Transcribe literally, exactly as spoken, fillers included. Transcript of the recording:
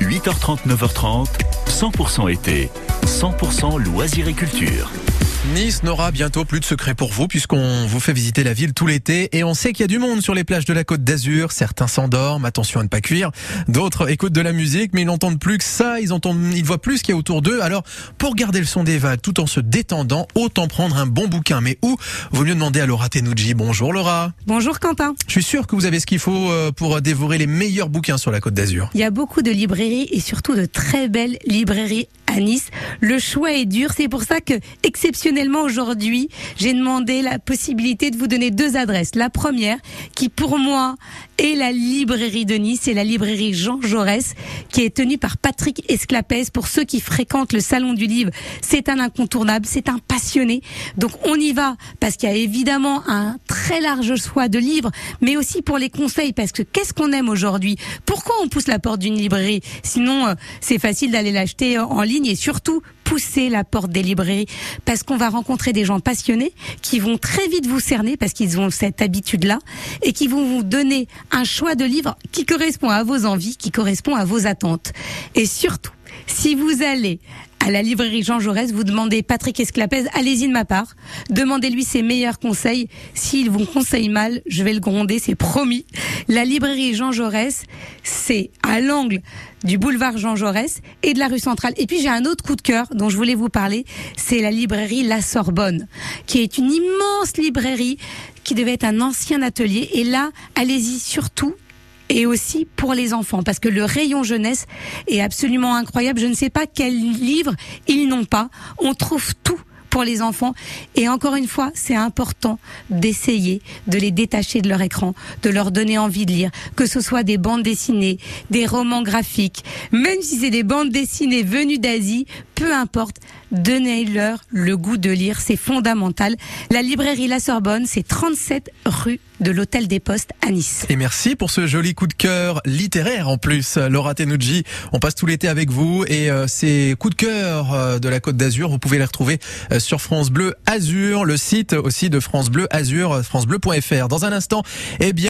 huit heures trente, neuf heures trente, cent pour cent été, cent pour cent loisirs et culture. Nice n'aura bientôt plus de secret pour vous puisqu'on vous fait visiter la ville tout l'été et on sait qu'il y a du monde sur les plages de la Côte d'Azur. Certains s'endorment, attention à ne pas cuire. D'autres écoutent de la musique mais ils n'entendent plus que ça, ils entendent, ils voient plus ce qu'il y a autour d'eux. Alors pour garder le son des vagues tout en se détendant, autant prendre un bon bouquin. Mais où? Vaut mieux demander à Laura Tenucci. Bonjour Laura. Bonjour Quentin. Je suis sûr que vous avez ce qu'il faut pour dévorer les meilleurs bouquins sur la Côte d'Azur. Il y a beaucoup de librairies et surtout de très belles librairies à Nice. Le choix est dur, c'est pour ça que exceptionnellement aujourd'hui, j'ai demandé la possibilité de vous donner deux adresses. La première, qui pour moi est la librairie de Nice, c'est la librairie Jean Jaurès, qui est tenue par Patrick Esclapès. Pour ceux qui fréquentent le salon du livre, c'est un incontournable, c'est un passionné. Donc on y va parce qu'il y a évidemment un très large choix de livres, mais aussi pour les conseils, parce que qu'est-ce qu'on aime aujourd'hui? Pourquoi on pousse la porte d'une librairie? Sinon, euh, c'est facile d'aller l'acheter en ligne. Et surtout pousser la porte des librairies parce qu'on va rencontrer des gens passionnés qui vont très vite vous cerner parce qu'ils ont cette habitude-là et qui vont vous donner un choix de livres qui correspond à vos envies, qui correspond à vos attentes. Et surtout, si vous allez à la librairie Jean Jaurès, vous demandez Patrick Esclapès, allez-y de ma part, demandez-lui ses meilleurs conseils. S'il vous conseille mal, je vais le gronder, c'est promis. La librairie Jean Jaurès, c'est à l'angle du boulevard Jean Jaurès et de la rue Centrale. Et puis j'ai un autre coup de cœur dont je voulais vous parler, c'est la librairie La Sorbonne, qui est une immense librairie qui devait être un ancien atelier. Et là, allez-y surtout. Et aussi pour les enfants, parce que le rayon jeunesse est absolument incroyable. Je ne sais pas quels livres ils n'ont pas. On trouve tout pour les enfants. Et encore une fois, c'est important d'essayer de les détacher de leur écran, de leur donner envie de lire, que ce soit des bandes dessinées, des romans graphiques, même si c'est des bandes dessinées venues d'Asie, peu importe, donnez-leur le goût de lire, c'est fondamental. La librairie La Sorbonne, c'est trente-sept rue de l'Hôtel des Postes à Nice. Et merci pour ce joli coup de cœur littéraire en plus, Laura Tenucci. On passe tout l'été avec vous et euh, ces coups de cœur euh, de la Côte d'Azur, vous pouvez les retrouver euh, sur France Bleu Azur, le site aussi de France Bleu Azur, francebleu point fr. Dans un instant, eh bien